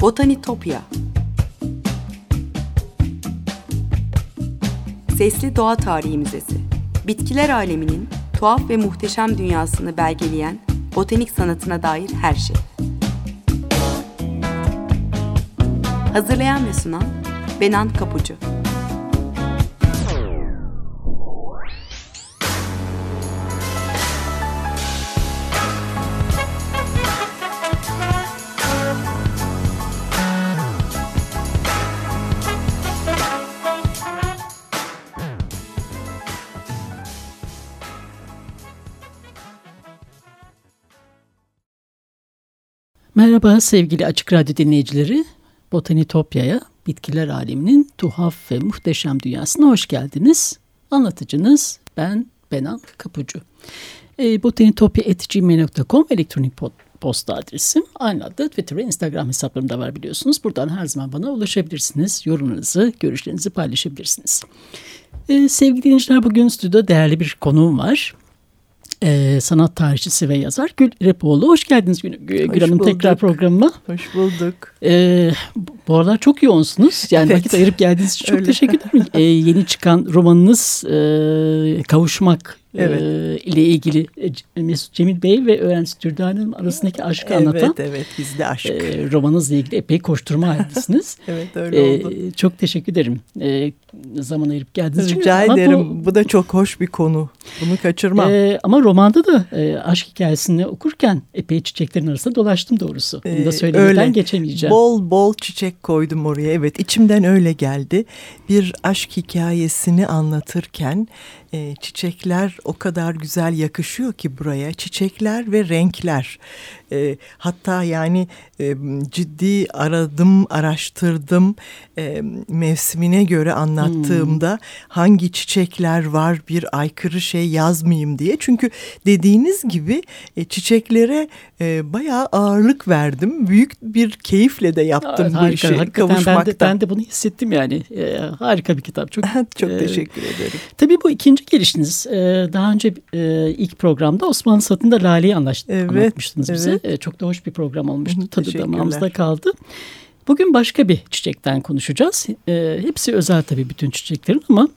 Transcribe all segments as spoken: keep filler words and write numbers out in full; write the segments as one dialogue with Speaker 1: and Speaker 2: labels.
Speaker 1: Botanitopya. Sesli Doğa Tarihi Müzesi. Bitkiler aleminin tuhaf ve muhteşem dünyasını belgeleyen botanik sanatına dair her şey. Hazırlayan ve sunan Benan Kapucu.
Speaker 2: Merhaba sevgili Açık Radyo dinleyicileri, Botanitopya'ya, bitkiler aleminin tuhaf ve muhteşem dünyasına hoş geldiniz. Anlatıcınız ben Benan Kapucu. E, botanitopya at gmail nokta com elektronik posta adresim. Aynı adda Twitter ve Instagram hesaplarım da var biliyorsunuz. Buradan her zaman bana ulaşabilirsiniz. Yorumlarınızı, görüşlerinizi paylaşabilirsiniz. E, sevgili dinleyiciler, bugün stüdyoda değerli bir konuğum var. Ee, sanat tarihçisi ve yazar Gül İrepoğlu. Hoş geldiniz Gül, Gül Hanım tekrar programıma.
Speaker 3: Hoş bulduk.
Speaker 2: Ee, bu aralar çok yoğunsunuz. Yani evet. Vakit ayırıp geldiğiniz için çok teşekkür ederim. Ee, yeni çıkan romanınız e, Kavuşmak evet. e, ile ilgili Mesut Cemil Bey ve öğrencisi Dürdane Hanım arasındaki aşkı
Speaker 3: evet,
Speaker 2: anlatan.
Speaker 3: Evet evet bizde aşk.
Speaker 2: E, romanınızla ilgili epey koşturma halindesiniz.
Speaker 3: Evet öyle e, oldu.
Speaker 2: Çok teşekkür ederim. E, zaman ayırıp geldiğiniz için.
Speaker 3: Rica ederim. Bu, bu da çok hoş bir konu. Bunu kaçırmam.
Speaker 2: E, ama romanda da e, aşk hikayesini okurken epey çiçeklerin arasında dolaştım doğrusu. Bunu da söylemeden öyle. Geçemeyeceğim.
Speaker 3: Bol bol çiçek koydum oraya. Evet, içimden öyle geldi. Bir aşk hikayesini anlatırken e, çiçekler o kadar güzel yakışıyor ki buraya. Çiçekler ve renkler. E, hatta yani e, ciddi aradım, araştırdım. E, mevsimine göre anlattığımda hmm. hangi çiçekler var, bir aykırı şey yazmayayım diye. Çünkü dediğiniz gibi e, çiçeklere e, bayağı ağırlık verdim. Büyük bir keyifle de yaptım
Speaker 2: evet,
Speaker 3: bu işi kavuşmaktan.
Speaker 2: Ben de, ben de bunu hissettim yani. E, harika bir kitap. Çok,
Speaker 3: çok
Speaker 2: e,
Speaker 3: teşekkür ederim.
Speaker 2: Tabii bu ikinci gelişiniz. E, daha önce e, ilk programda Osmanlı Satı'nda Lale'yi anlaş- evet, anlatmıştınız bize. Evet. E, çok da hoş bir program olmuştu. Tadı damağımızda kaldı. Bugün başka bir çiçekten konuşacağız. E, hepsi özel tabii bütün çiçeklerin ama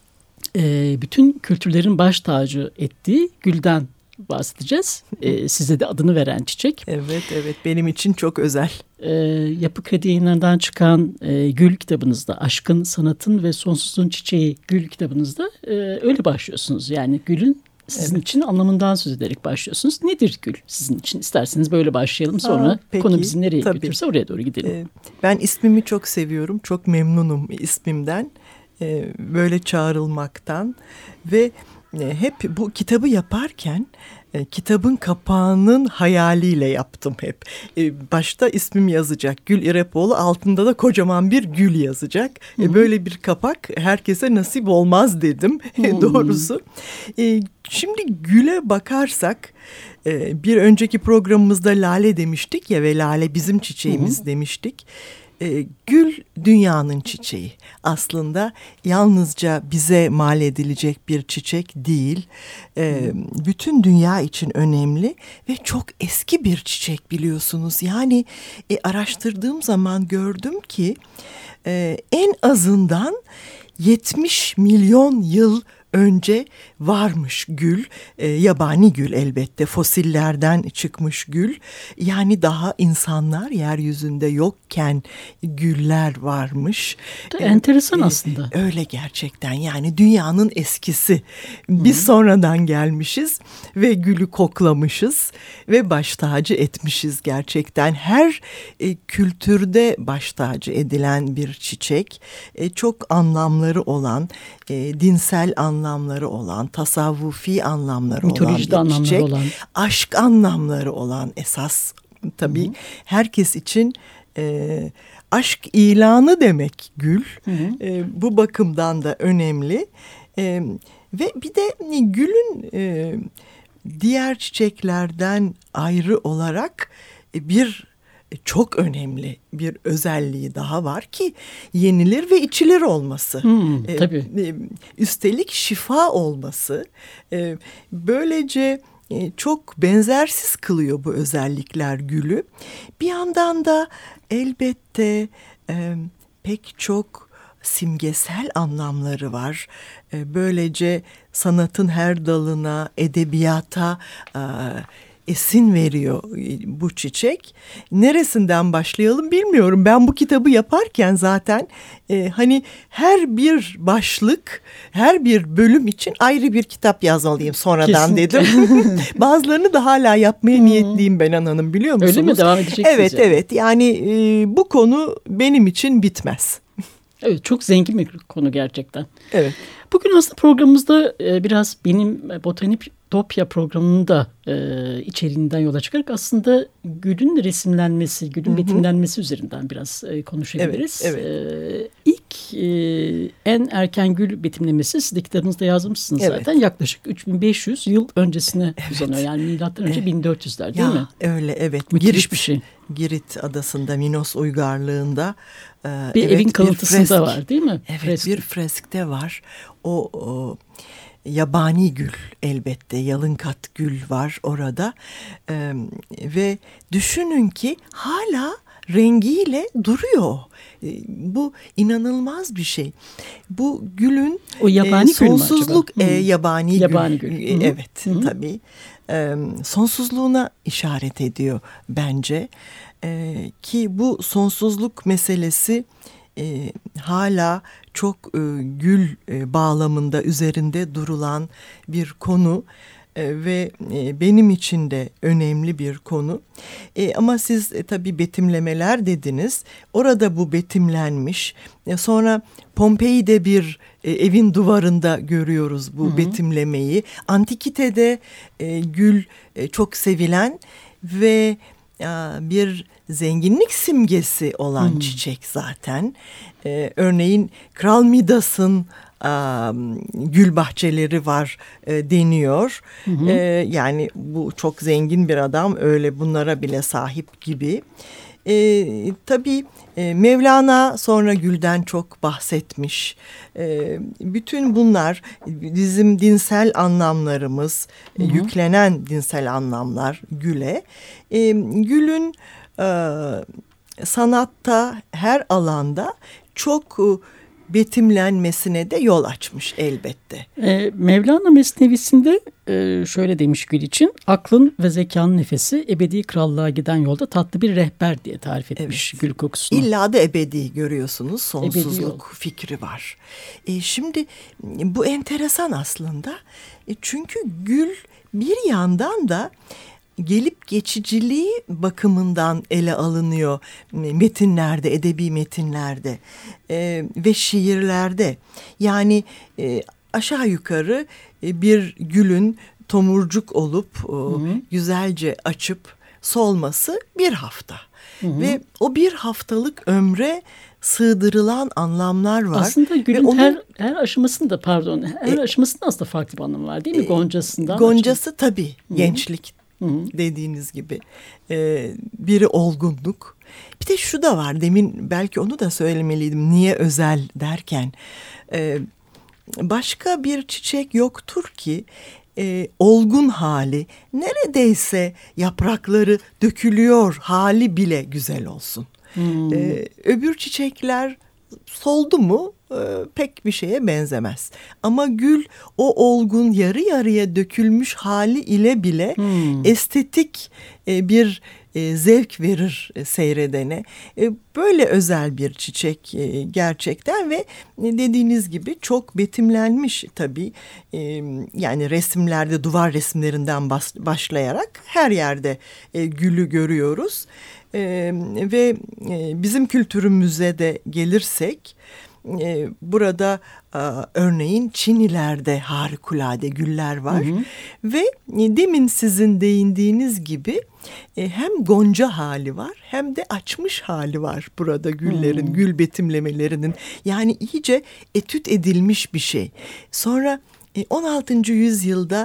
Speaker 2: e, bütün kültürlerin baş tacı ettiği gülden bahsedeceğiz. E, size de adını veren çiçek.
Speaker 3: Evet evet benim için çok özel.
Speaker 2: E, Yapı Kredi Yayınları'ndan çıkan e, Gül kitabınızda, Aşkın, Sanatın ve Sonsuzluğun Çiçeği Gül kitabınızda e, öyle başlıyorsunuz. Yani gülün sizin evet. için anlamından söz ederek başlıyorsunuz. Nedir gül sizin için? İsterseniz böyle başlayalım, sonra ha, peki, konu bizi nereye tabii. götürürse oraya doğru gidelim.
Speaker 3: Ee, ben ismimi çok seviyorum. Çok memnunum ismimden. Ee, böyle çağrılmaktan ve e, hep bu kitabı yaparken e, kitabın kapağının hayaliyle yaptım hep. E, başta ismim yazacak Gül İrepoğlu, altında da kocaman bir gül yazacak. E, böyle bir kapak herkese nasip olmaz dedim doğrusu. E, şimdi güle bakarsak e, bir önceki programımızda lale demiştik ya ve lale bizim çiçeğimiz Hı-hı. demiştik. E, gül dünyanın çiçeği. Aslında yalnızca bize mal edilecek bir çiçek değil. E, bütün dünya için önemli ve çok eski bir çiçek biliyorsunuz. Yani e, araştırdığım zaman gördüm ki e, en azından yetmiş milyon yıl önce varmış gül, e, yabani gül elbette, fosillerden çıkmış gül. Yani daha insanlar yeryüzünde yokken güller varmış.
Speaker 2: Enteresan
Speaker 3: e,
Speaker 2: aslında.
Speaker 3: E, öyle gerçekten, yani dünyanın eskisi. Biz Hı. sonradan gelmişiz ve gülü koklamışız ve baş tacı etmişiz gerçekten. Her e, kültürde baş tacı edilen bir çiçek, e, çok anlamları olan, e, dinsel anlamları anlamları olan, tasavvufi anlamları
Speaker 2: mitolojide
Speaker 3: olan bir çiçek,
Speaker 2: olan.
Speaker 3: aşk anlamları olan esas tabii Hı-hı. herkes için e, aşk ilanı demek gül. E, bu bakımdan da önemli. E, ve bir de gülün e, diğer çiçeklerden ayrı olarak e, bir çok önemli bir özelliği daha var ki yenilir ve içilir olması.
Speaker 2: Hmm, tabii.
Speaker 3: Ee, üstelik şifa olması. Ee, böylece e, çok benzersiz kılıyor bu özellikler gülü. Bir yandan da elbette e, pek çok simgesel anlamları var. E, böylece sanatın her dalına, edebiyata e, esin veriyor bu çiçek. Neresinden başlayalım bilmiyorum. Ben bu kitabı yaparken zaten e, hani her bir başlık, her bir bölüm için ayrı bir kitap yazmalıyım sonradan
Speaker 2: Kesinlikle.
Speaker 3: dedim. Bazılarını da hala yapmaya niyetliyim Benan Hanım, biliyor musunuz?
Speaker 2: Öyle mi? Devam edeceksiniz?
Speaker 3: Evet,
Speaker 2: yani.
Speaker 3: evet. Yani e, bu konu benim için bitmez.
Speaker 2: Evet, çok zengin bir konu gerçekten.
Speaker 3: Evet.
Speaker 2: Bugün aslında programımızda e, biraz benim Botanitopya programının da e, içeriğinden yola çıkarak aslında gülün resimlenmesi, gülün Hı-hı. betimlenmesi üzerinden biraz e, konuşabiliriz.
Speaker 3: Evet, evet.
Speaker 2: E, ilk e, en erken gül betimlemesi siz de kitabınızda yazmışsınız
Speaker 3: evet.
Speaker 2: zaten. Yaklaşık üç bin beş yüz yıl öncesine evet. uzanıyor. Yani milattan önce evet. bin dört yüzler değil
Speaker 3: ya,
Speaker 2: mi?
Speaker 3: Öyle, evet.
Speaker 2: Müthiş
Speaker 3: Girit,
Speaker 2: bir şey.
Speaker 3: Girit adasında Minos uygarlığında e,
Speaker 2: bir
Speaker 3: evet,
Speaker 2: evin kalıntısında
Speaker 3: bir fresk,
Speaker 2: var değil mi?
Speaker 3: Evet,
Speaker 2: fresk.
Speaker 3: bir freskte var. O, o yabani gül, elbette yalınkat gül var orada e, ve düşünün ki hala rengiyle duruyor. E, bu inanılmaz bir şey. Bu gülün
Speaker 2: o yabani
Speaker 3: e, sonsuzluk
Speaker 2: gül mü acaba?
Speaker 3: E, yabani,
Speaker 2: yabani
Speaker 3: gül.
Speaker 2: gül.
Speaker 3: E, evet, Hı-hı. tabii. E, sonsuzluğuna işaret ediyor bence. E, ki bu sonsuzluk meselesi e, hala çok e, gül e, bağlamında üzerinde durulan bir konu e, ve e, benim için de önemli bir konu. E, ama siz e, tabii betimlemeler dediniz. Orada bu betimlenmiş. E, sonra Pompei'de bir e, evin duvarında görüyoruz bu Hı-hı. betimlemeyi. Antikite'de e, gül e, çok sevilen ve bir zenginlik simgesi olan hmm. çiçek zaten. Ee, örneğin Kral Midas'ın um, gül bahçeleri var e, deniyor. Hmm. Ee, yani bu çok zengin bir adam, öyle bunlara bile sahip gibi. Ee, tabii e, Mevlana sonra gülden çok bahsetmiş. E, bütün bunlar bizim dinsel anlamlarımız, hı hı. yüklenen dinsel anlamlar güle. E, gülün e, sanatta her alanda çok betimlenmesine de yol açmış elbette.
Speaker 2: E, Mevlana Mesnevisinde e, şöyle demiş gül için: aklın ve zekanın nefesi ebedi krallığa giden yolda tatlı bir rehber diye tarif etmiş evet. gül kokusunu.
Speaker 3: İlla da ebedi görüyorsunuz, sonsuzluk fikri var. E, şimdi bu enteresan aslında. E, çünkü gül bir yandan da gelip geçiciliği bakımından ele alınıyor metinlerde, edebi metinlerde e, ve şiirlerde. Yani e, aşağı yukarı e, bir gülün tomurcuk olup e, güzelce açıp solması bir hafta. Hı hı. Ve o bir haftalık ömre sığdırılan anlamlar var.
Speaker 2: Aslında gülün onun, her her aşamasında pardon her e, aşamasında aslında farklı bir anlamı var değil mi? Goncasından.
Speaker 3: Goncası açın. Tabii Hı-hı. gençlik. Hı-hı. Dediğiniz gibi ee, biri olgunluk. Bir de şu da var, demin belki onu da söylemeliydim, niye özel derken e, başka bir çiçek yoktur ki e, olgun hali, neredeyse yaprakları dökülüyor hali bile güzel olsun. Hmm. E, öbür çiçekler soldu mu e, pek bir şeye benzemez. Ama gül o olgun yarı yarıya dökülmüş hali ile bile hmm. estetik e, bir e, zevk verir e, seyredene. E, böyle özel bir çiçek e, gerçekten ve e, dediğiniz gibi çok betimlenmiş tabii. E, yani resimlerde, duvar resimlerinden bas, başlayarak her yerde e, gülü görüyoruz. Ee, ve e, bizim kültürümüze de gelirsek e, burada e, örneğin Çinilerde harikulade güller var. Hı hı. Ve e, demin sizin değindiğiniz gibi e, hem gonca hali var hem de açmış hali var burada güllerin, hı. gül betimlemelerinin. Yani iyice etüt edilmiş bir şey. Sonra e, on altıncı yüzyılda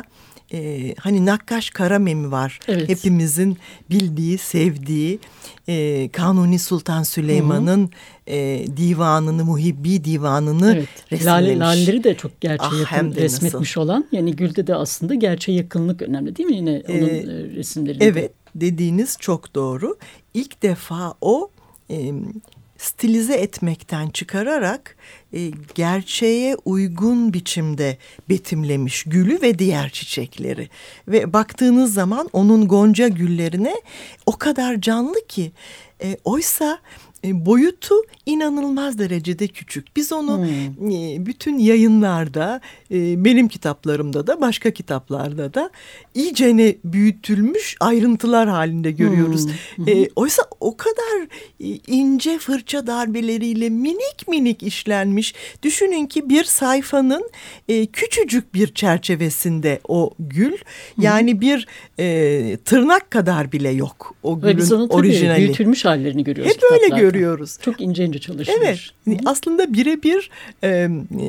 Speaker 3: e, hani Nakkaş Karamemi var. Evet. Hepimizin bildiği, sevdiği e, Kanuni Sultan Süleyman'ın e, divanını, Muhibbi divanını
Speaker 2: evet.
Speaker 3: resimlemiş.
Speaker 2: Lale, laleleri de çok gerçeğe ah, yakın resmetmiş
Speaker 3: nasıl?
Speaker 2: olan. Yani Gül'de de aslında gerçeğe yakınlık önemli değil mi yine onun ee, resimlerinde?
Speaker 3: Evet, dediğiniz çok doğru. İlk defa o e, stilize etmekten çıkararak e, gerçeğe uygun biçimde betimlemiş gülü ve diğer çiçekleri. Ve baktığınız zaman onun gonca güllerine o kadar canlı ki e, oysa e, boyutu inanılmaz derecede küçük. Biz onu hmm. e, bütün yayınlarda, e, benim kitaplarımda da başka kitaplarda da iyicene büyütülmüş ayrıntılar halinde görüyoruz. Hmm. E, oysa o kadar e, ince fırça darbeleriyle minik minik işlenmiş. Düşünün ki bir sayfanın e, küçücük bir çerçevesinde o gül. Hmm. Yani bir e, tırnak kadar bile yok o gülün
Speaker 2: Ve biz onu
Speaker 3: orijinali.
Speaker 2: Tabii büyütülmüş hallerini görüyoruz.
Speaker 3: Hep öyle görüyoruz.
Speaker 2: Çok ince ince çalışılmış.
Speaker 3: Evet. Hı-hı. Aslında birebir e,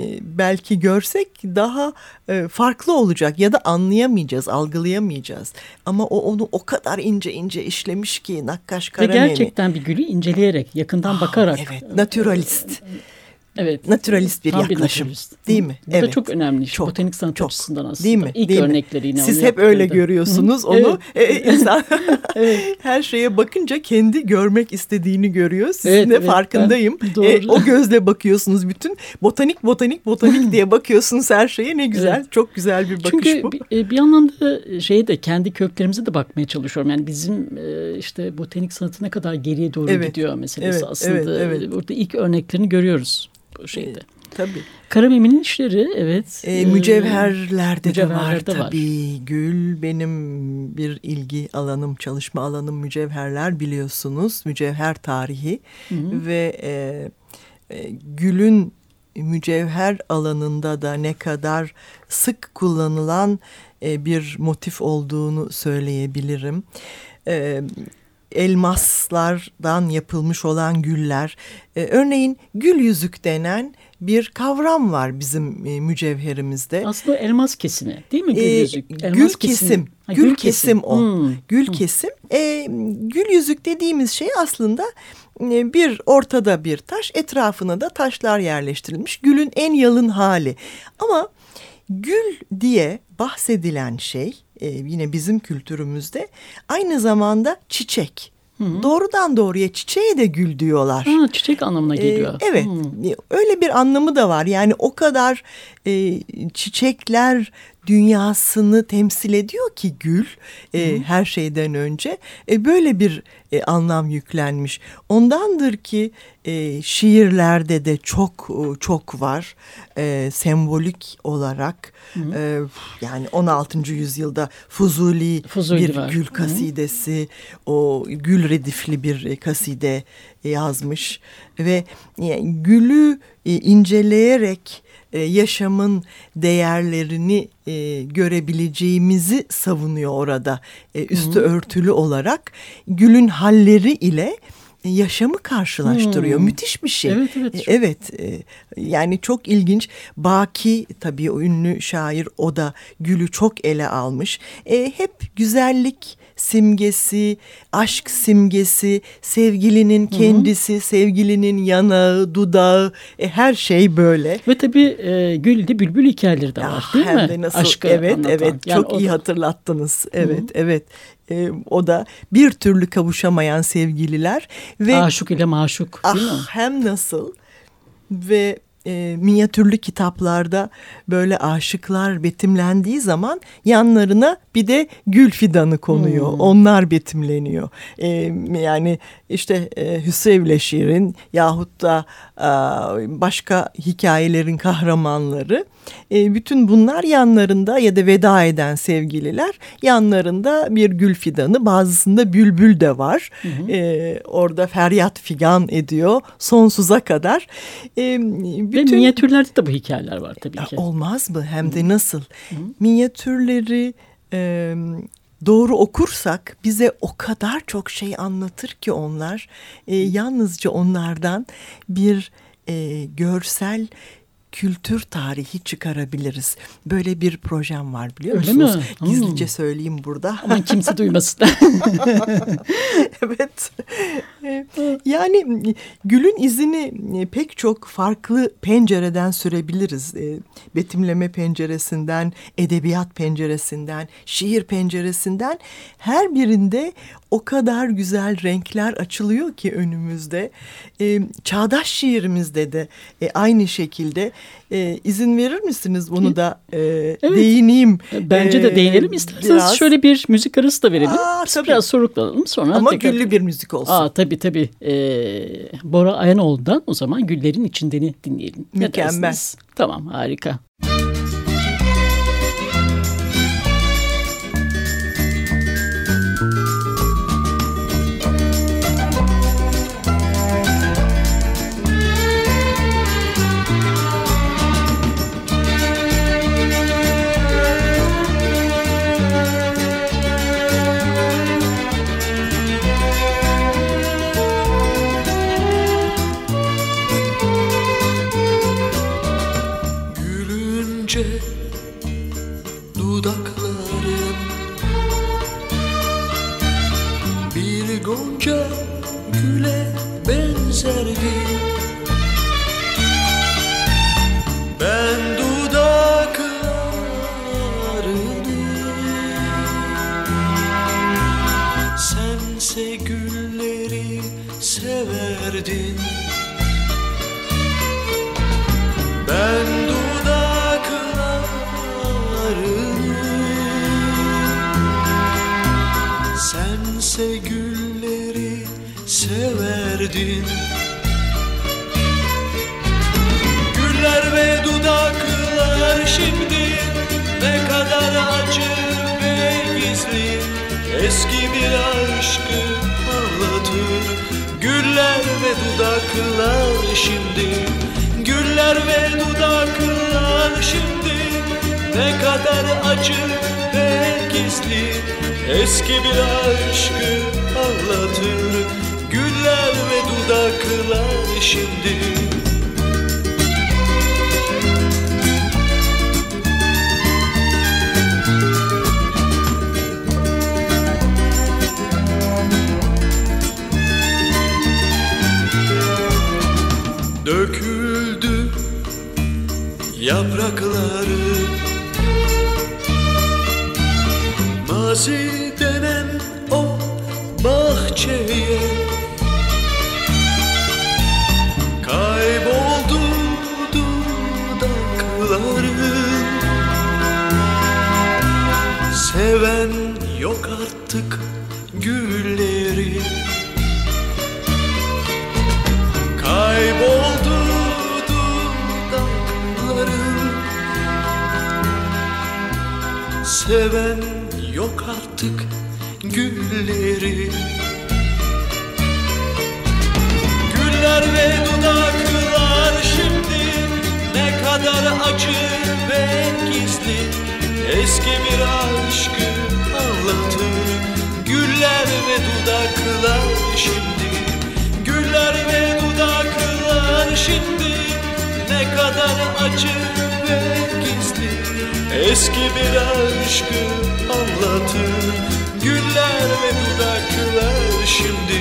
Speaker 3: belki görsek daha e, farklı olacak ya da anlayamayacağız, algılayamayacağız. Ama o onu o kadar ince ince işlemiş ki Nakkaş Karamemi.
Speaker 2: Ve gerçekten bir gülü inceleyerek, yakından Aa, bakarak.
Speaker 3: Evet, naturalist.
Speaker 2: Evet.
Speaker 3: Naturalist bir yaklaşım. Bir naturalist. Değil mi?
Speaker 2: Bu
Speaker 3: evet.
Speaker 2: da çok önemli. Çok, botanik sanat
Speaker 3: çok.
Speaker 2: açısından aslında.
Speaker 3: Değil mi?
Speaker 2: İlk
Speaker 3: Değil
Speaker 2: örnekleri yine.
Speaker 3: Siz hep öyle görüyorsunuz onu.
Speaker 2: Evet.
Speaker 3: Ee, insan
Speaker 2: evet.
Speaker 3: her şeye bakınca kendi görmek istediğini görüyor. Sizin
Speaker 2: evet,
Speaker 3: de
Speaker 2: evet,
Speaker 3: farkındayım. Ee, o gözle bakıyorsunuz bütün. Botanik botanik botanik diye bakıyorsunuz her şeye. Ne güzel. Evet. Çok güzel bir bakış
Speaker 2: Çünkü
Speaker 3: bu.
Speaker 2: Çünkü bir, bir anlamda şeye de kendi köklerimize de bakmaya çalışıyorum. Yani bizim işte botanik sanatı ne kadar geriye doğru evet. gidiyor meselesi evet, aslında. Evet, evet. Burada ilk örneklerini görüyoruz bu şeyde. Evet.
Speaker 3: Tabii.
Speaker 2: Karamemi'nin işleri evet.
Speaker 3: E, mücevherlerde, mücevherlerde
Speaker 2: de var
Speaker 3: tabii. Var. Gül benim bir ilgi alanım, çalışma alanım mücevherler biliyorsunuz. Mücevher tarihi Hı-hı. ve e, e, gülün mücevher alanında da ne kadar sık kullanılan e, bir motif olduğunu söyleyebilirim. Evet. Elmaslardan yapılmış olan güller. Ee, örneğin gül yüzük denen bir kavram var bizim e, mücevherimizde.
Speaker 2: Aslında elmas kesimi değil mi gül yüzük?
Speaker 3: Ee, elmas gül kesim. kesim. Ha, gül, gül kesim, kesim o. Hmm. Gül hmm. kesim. Ee, gül yüzük dediğimiz şey aslında e, bir ortada bir taş, etrafına da taşlar yerleştirilmiş. Gülün en yalın hali. Ama gül diye bahsedilen şey e, yine bizim kültürümüzde aynı zamanda çiçek. Hı-hı. Doğrudan doğruya çiçeğe de gül diyorlar.
Speaker 2: Ha, çiçek anlamına geliyor.
Speaker 3: Ee, evet, Hı. öyle bir anlamı da var. Yani o kadar e, çiçekler dünyasını temsil ediyor ki gül e, her şeyden önce e, böyle bir e, anlam yüklenmiş. Ondandır ki e, şiirlerde de çok çok var e, sembolik olarak e, yani on altıncı yüzyılda Fuzuli, Fuzuli bir var. Gül kasidesi, Hı. o gül redifli bir kaside yazmış ve yani, gülü e, inceleyerek yaşamın değerlerini e, görebileceğimizi savunuyor orada. E, üstü Hı. örtülü olarak gülün halleri ile yaşamı karşılaştırıyor. Hmm. Müthiş bir şey.
Speaker 2: Evet, evet.
Speaker 3: E, evet. E, yani çok ilginç. Baki tabii o ünlü şair o da gülü çok ele almış. E, hep güzellik simgesi, aşk simgesi, sevgilinin kendisi, Hı-hı. sevgilinin yanağı, dudağı, e, her şey böyle.
Speaker 2: Ve tabii e, Gül'de bülbül hikayeleri de var ah, değil
Speaker 3: hem
Speaker 2: mi?
Speaker 3: De nasıl, Aşkı evet, anlatan. Evet, yani çok iyi da... hatırlattınız. Evet, Hı-hı. evet. E, o da bir türlü kavuşamayan sevgililer. Ve
Speaker 2: aşık ile maşuk değil
Speaker 3: ah,
Speaker 2: mi?
Speaker 3: Hem nasıl ve E, minyatürlü kitaplarda böyle aşıklar betimlendiği zaman yanlarına bir de gül fidanı konuyor. Hmm. Onlar betimleniyor. E, yani işte e, Hüsrevle şiirin yahut da e, başka hikayelerin kahramanları. E, bütün bunlar yanlarında ya da veda eden sevgililer yanlarında bir gül fidanı, bazısında bülbül de var. Hı hı. E, orada feryat figan ediyor sonsuza kadar. E,
Speaker 2: bütün... Ve minyatürlerde de bu hikayeler var tabii ki.
Speaker 3: Olmaz mı? Hem de nasıl? Hı hı. Minyatürleri e, doğru okursak bize o kadar çok şey anlatır ki onlar. E, yalnızca onlardan bir e, görsel kültür tarihi çıkarabiliriz. Böyle bir projem var, biliyor
Speaker 2: Öyle
Speaker 3: musunuz?
Speaker 2: mi?
Speaker 3: Gizlice
Speaker 2: Hmm.
Speaker 3: söyleyeyim burada.
Speaker 2: Aman kimse duymasın.
Speaker 3: Evet. Yani gülün izini pek çok farklı pencereden sürebiliriz. Betimleme penceresinden, edebiyat penceresinden, şiir penceresinden, her birinde o kadar güzel renkler açılıyor ki önümüzde. Çağdaş şiirimizde de aynı şekilde. İzin verir misiniz bunu da evet. değineyim?
Speaker 2: Bence de değinelim. İsterseniz biraz. Şöyle bir müzik arası da verelim. Aa, biraz soluklanalım sonra.
Speaker 3: Ama
Speaker 2: tekrar...
Speaker 3: güllü bir müzik olsun.
Speaker 2: Aa, tabii tabii. Ee, Bora Ayanoğlu'ndan o zaman Güllerin İçindeni dinleyelim.
Speaker 3: Mükemmel.
Speaker 2: Tamam, harika.
Speaker 4: Dudakların bir gonca güle benzerdi. Ben dudaklarını, sense gülleri severdin. Ben sense gülleri severdin. Güller ve dudaklar şimdi ne kadar acı ve gizli, eski bir aşkı anlatır. Güller ve dudaklar şimdi, güller ve dudaklar şimdi ne kadar acı ve gizli, eski bir aşkı anlatır. Güller ve dudaklar şimdi. Döküldü yaprakları, mazi denen o bahçeye kayboldu dudakların. Seven yok artık gülleri, kayboldu dudakların. Seven yok artık gülleri. Güller ve dudaklar şimdi ne kadar acı ve gizli, eski bir aşkı anlatır. Güller ve dudaklar şimdi, güller ve dudaklar şimdi ne kadar acı ve gizli, eski bir aşkı anlatır. Güller ve dudaklar şimdi.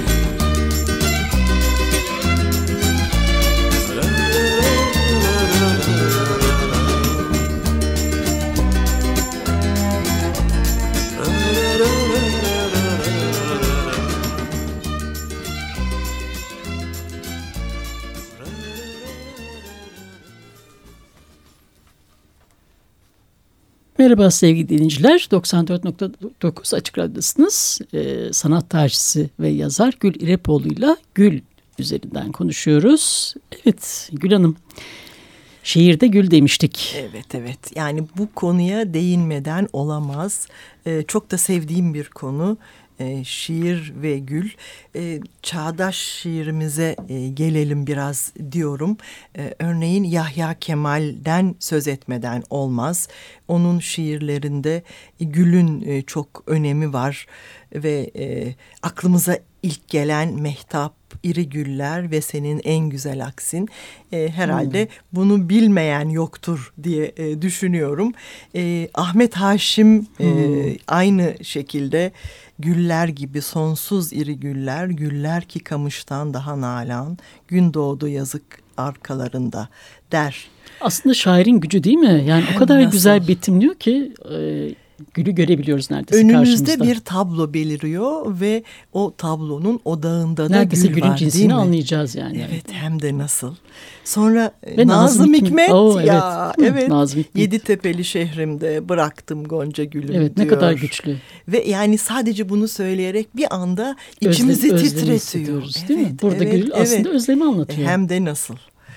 Speaker 2: Merhaba sevgili dinleyiciler, doksan dört nokta dokuz Açık Radyo'dasınız. Ee, sanat tarihçisi ve yazar Gül İrepoğlu'yla Gül üzerinden konuşuyoruz. Evet Gül Hanım, şiirde gül demiştik.
Speaker 3: Evet evet, yani bu konuya değinmeden olamaz. Ee, çok da sevdiğim bir konu. E, şiir ve gül. E, çağdaş şiirimize e, gelelim biraz diyorum. E, örneğin Yahya Kemal'den söz etmeden olmaz. Onun şiirlerinde e, gülün e, çok önemi var ve e, aklımıza ilk gelen mehtap, iri güller ve senin en güzel aksin. E, herhalde hmm. bunu bilmeyen yoktur diye e, düşünüyorum. E, Ahmet Haşim hmm. e, aynı şekilde güller gibi sonsuz iri güller, güller ki kamıştan daha nalan, gün doğdu yazık arkalarında der.
Speaker 2: Aslında şairin gücü değil mi? Yani
Speaker 3: Hem
Speaker 2: o kadar
Speaker 3: nasıl?
Speaker 2: güzel betimliyor ki e, gülü görebiliyoruz neredeyse
Speaker 3: önümüzde
Speaker 2: karşımızda.
Speaker 3: Önümüzde bir tablo beliriyor ve o tablonun odağında da
Speaker 2: neredeyse
Speaker 3: gül
Speaker 2: gülün
Speaker 3: var,
Speaker 2: cinsini anlayacağız yani.
Speaker 3: Evet, hem de nasıl. Sonra
Speaker 2: ve
Speaker 3: Nazım, Nazım Hikmet
Speaker 2: Oo,
Speaker 3: ya
Speaker 2: evet,
Speaker 3: evet.
Speaker 2: Nazım Hikmet.
Speaker 3: Yeditepe'li şehrimde bıraktım Gonca gülüm
Speaker 2: evet,
Speaker 3: diyor.
Speaker 2: Ne kadar güçlü.
Speaker 3: Ve yani sadece bunu söyleyerek bir anda içimizi
Speaker 2: Özlem,
Speaker 3: titretiyor.
Speaker 2: Evet, değil mi? Burada
Speaker 3: evet,
Speaker 2: gül aslında evet. özlemi anlatıyor.
Speaker 3: Hem de nasıl.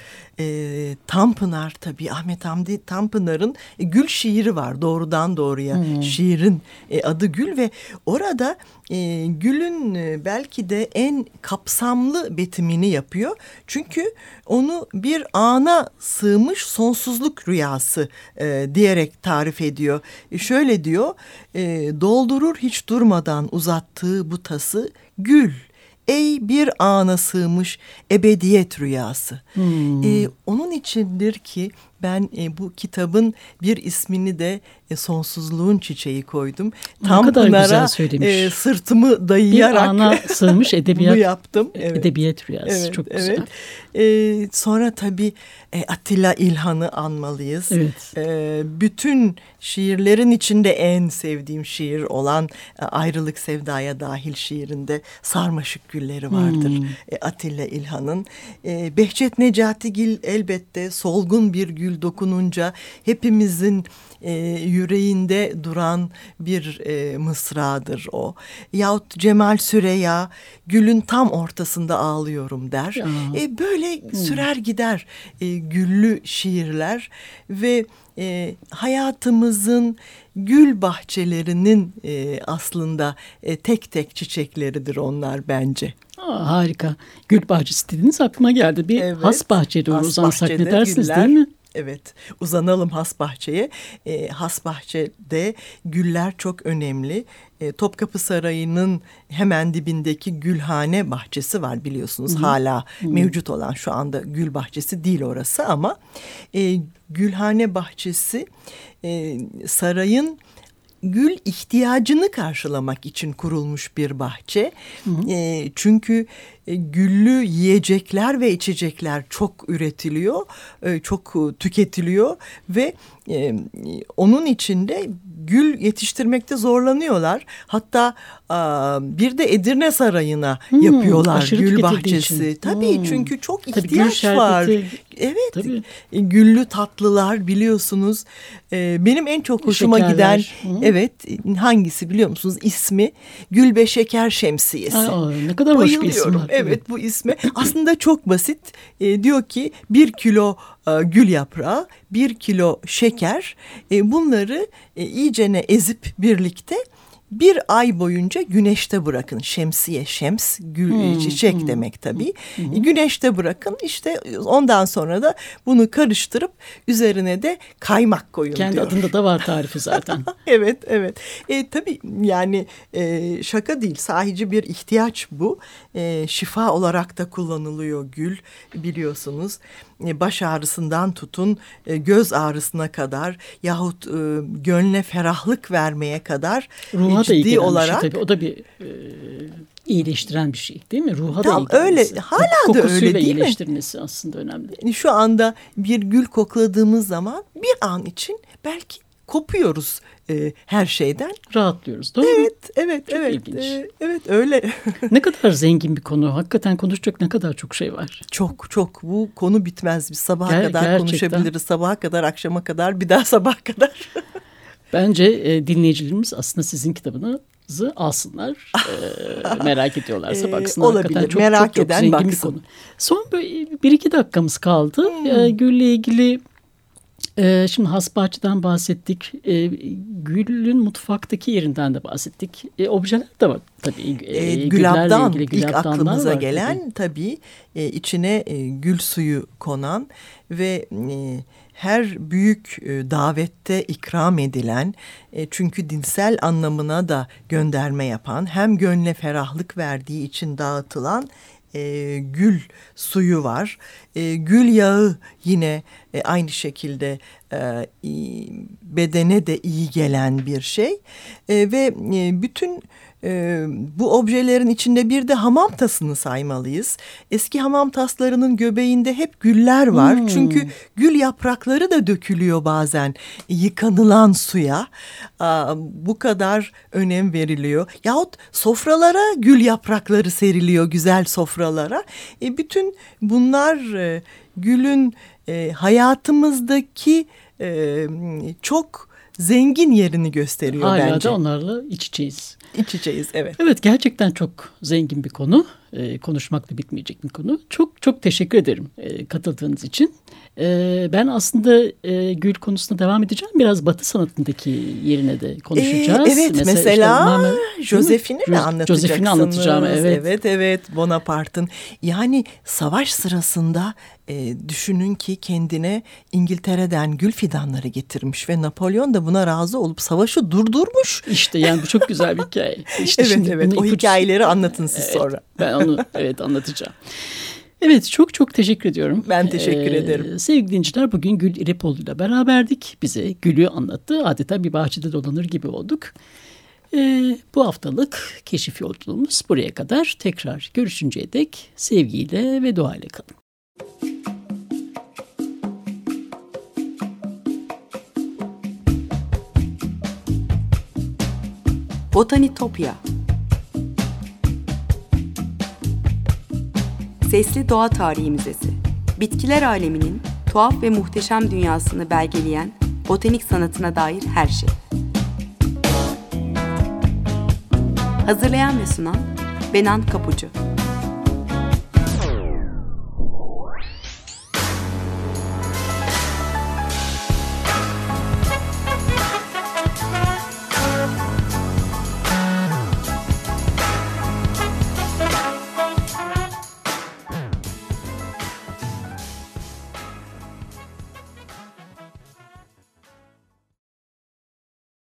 Speaker 3: E, Tanpınar tabii Ahmet Hamdi Tanpınar'ın e, Gül şiiri var doğrudan doğruya hmm. şiirin e, adı Gül ve orada e, Gül'ün e, belki de en kapsamlı betimini yapıyor. Çünkü onu bir ana sığmış sonsuzluk rüyası e, diyerek tarif ediyor. E, şöyle diyor, e, doldurur hiç durmadan uzattığı bu tası Gül. Ey bir ana sığmış ebediyet rüyası. Hmm. Ee, onun içindir ki ben e, bu kitabın bir ismini de e, Sonsuzluğun Çiçeği koydum. Tanpınar'a e, sırtımı dayayarak
Speaker 2: bir ana sığmış edebiyat,
Speaker 3: bunu yaptım.
Speaker 2: Evet. Edebiyat rüyası
Speaker 3: evet,
Speaker 2: çok
Speaker 3: evet.
Speaker 2: güzel.
Speaker 3: E, sonra tabii e, Atilla İlhan'ı anmalıyız.
Speaker 2: Evet.
Speaker 3: E, bütün şiirlerin içinde en sevdiğim şiir olan e, Ayrılık Sevdaya dahil şiirinde Sarmaşık Gülleri vardır. Hmm. E, Atilla İlhan'ın. E, Behçet Necatigil elbette solgun bir gül dokununca hepimizin e, yüreğinde duran bir e, mısradır o. Yahut Cemal Süreya gülün tam ortasında ağlıyorum der. E, böyle hmm. sürer gider e, güllü şiirler ve e, hayatımızın gül bahçelerinin e, aslında e, tek tek çiçekleridir onlar bence.
Speaker 2: Aa, harika. Gül bahçesi dediniz aklıma geldi. Bir evet, has bahçeye doğru uzansak ne dersiniz
Speaker 3: güller,
Speaker 2: değil mi?
Speaker 3: Evet, uzanalım has bahçeye. E, has bahçede güller çok önemli. E, Topkapı Sarayı'nın hemen dibindeki Gülhane bahçesi var biliyorsunuz. Hı-hı. Hala Hı-hı. mevcut olan, şu anda gül bahçesi değil orası ama e, Gülhane bahçesi e, sarayın gül ihtiyacını karşılamak için kurulmuş bir bahçe. E, çünkü e, güllü yiyecekler ve içecekler çok üretiliyor, e, çok tüketiliyor ve e, onun içinde gül yetiştirmekte zorlanıyorlar. Hatta a, bir de Edirne Sarayı'na hmm, yapıyorlar gül bahçesi. Için. Tabii hmm. çünkü çok ihtiyaç Tabii, var. Evet, Tabii. güllü tatlılar biliyorsunuz. E, benim en çok hoşuma Şekerler. giden, hmm. evet, hangisi biliyor musunuz? İsmi Gülbe Şeker Şemsiyesi.
Speaker 2: Aa, ne kadar hoş bir isim var.
Speaker 3: Evet, bu ismi aslında çok basit. E, diyor ki bir kilo e, gül yaprağı, bir kilo şeker, e, bunları e, iyicene ezip birlikte bir ay boyunca güneşte bırakın. Şemsiye, şems, gül, hmm, çiçek hmm, demek tabii. Hmm. E, güneşte bırakın, işte ondan sonra da bunu karıştırıp üzerine de kaymak koyun
Speaker 2: Kendi
Speaker 3: diyor.
Speaker 2: Kendi adında da var tarifi zaten.
Speaker 3: evet, evet. E, tabii yani e, şaka değil, sahici bir ihtiyaç bu. E, şifa olarak da kullanılıyor gül, biliyorsunuz. E, baş ağrısından tutun e, göz ağrısına kadar yahut e, gönle ferahlık vermeye kadar
Speaker 2: Ruha
Speaker 3: e, ciddi
Speaker 2: da
Speaker 3: olarak.
Speaker 2: Bir şey, tabii. O da bir e, iyileştiren bir şey değil mi? Ruha
Speaker 3: Tam
Speaker 2: da iyi
Speaker 3: öyle, hala da öyle değil mi?
Speaker 2: iyileştirmesi aslında önemli.
Speaker 3: Şu anda bir gül kokladığımız zaman bir an için belki kopuyoruz e, her şeyden.
Speaker 2: Rahatlıyoruz, doğru
Speaker 3: evet,
Speaker 2: mu?
Speaker 3: Evet,
Speaker 2: çok
Speaker 3: evet.
Speaker 2: ilginç.
Speaker 3: E, evet, öyle.
Speaker 2: Ne kadar zengin bir konu. Hakikaten konuşacak ne kadar çok şey var.
Speaker 3: Çok, çok. Bu konu bitmez. Biz sabaha
Speaker 2: Ger-
Speaker 3: kadar
Speaker 2: gerçekten.
Speaker 3: konuşabiliriz. Sabaha kadar, akşama kadar, bir daha sabaha kadar.
Speaker 2: Bence e, dinleyicilerimiz aslında sizin kitabınızı alsınlar. E, merak ediyorlarsa baksınlar.
Speaker 3: Olabilir.
Speaker 2: Hakikaten çok,
Speaker 3: merak
Speaker 2: çok, çok
Speaker 3: eden
Speaker 2: zengin
Speaker 3: baksın.
Speaker 2: bir konu. Son bir, bir iki dakikamız kaldı. Hmm. E, Gül'le ilgili e, şimdi has bahçeden bahsettik. E, Gül'ün mutfaktaki yerinden de bahsettik. E, objeler de var tabii. E,
Speaker 3: e, Gülabdan,
Speaker 2: ilgili
Speaker 3: ilk aklımıza
Speaker 2: var,
Speaker 3: gelen tabii, tabii e, içine e, gül suyu konan ve e, her büyük e, davette ikram edilen, e, çünkü dinsel anlamına da gönderme yapan, hem gönle ferahlık verdiği için dağıtılan e, gül suyu var. E, gül yağı yine e, aynı şekilde e, bedene de iyi gelen bir şey. E, ve e, bütün Ee, bu objelerin içinde bir de hamam tasını saymalıyız. Eski hamam taslarının göbeğinde hep güller var. Hmm. Çünkü gül yaprakları da dökülüyor bazen yıkanılan suya. Aa, bu kadar önem veriliyor. Yahut sofralara gül yaprakları seriliyor, güzel sofralara. E, bütün bunlar e, gülün e, hayatımızdaki e, çok zengin yerini gösteriyor
Speaker 2: Hala
Speaker 3: bence.
Speaker 2: Hala da onlarla iç içeyiz.
Speaker 3: İç içeyiz, evet.
Speaker 2: Evet, gerçekten çok zengin bir konu. Ee, konuşmakla bitmeyecek bir konu. Çok çok teşekkür ederim e, katıldığınız için. E, ben aslında e, gül konusuna devam edeceğim. Biraz Batı sanatındaki yerine de konuşacağız.
Speaker 3: Ee, evet, mesela, mesela işte Josephine'i mi anlatacaksınız?
Speaker 2: Josephine'i anlatacağım, evet.
Speaker 3: Evet, evet, Bonaparte'ın. Yani savaş sırasında e, düşünün ki kendine İngiltere'den gül fidanları getirmiş ve Napolyon da buna razı olup savaşı durdurmuş.
Speaker 2: İşte yani bu çok güzel bir hikaye. İşte
Speaker 3: evet,
Speaker 2: şimdi
Speaker 3: evet, o
Speaker 2: ipucu...
Speaker 3: hikayeleri anlatın siz
Speaker 2: evet,
Speaker 3: sonra.
Speaker 2: Ben onu evet anlatacağım. Evet, çok çok teşekkür ediyorum.
Speaker 3: Ben teşekkür
Speaker 2: ee,
Speaker 3: ederim.
Speaker 2: Sevgili dinleyiciler, bugün Gül İrepoğlu ile beraberdik. Bize gülü anlattı. Adeta bir bahçede dolanır gibi olduk. Ee, bu haftalık keşif yolculuğumuz buraya kadar. Tekrar görüşünceye dek sevgiyle ve duayla kalın.
Speaker 1: Botanitopya. Sesli Doğa Tarihi Müzesi. Bitkiler aleminin tuhaf ve muhteşem dünyasını belgeleyen botanik sanatına dair her şey. Hazırlayan ve sunan Benan Kapucu.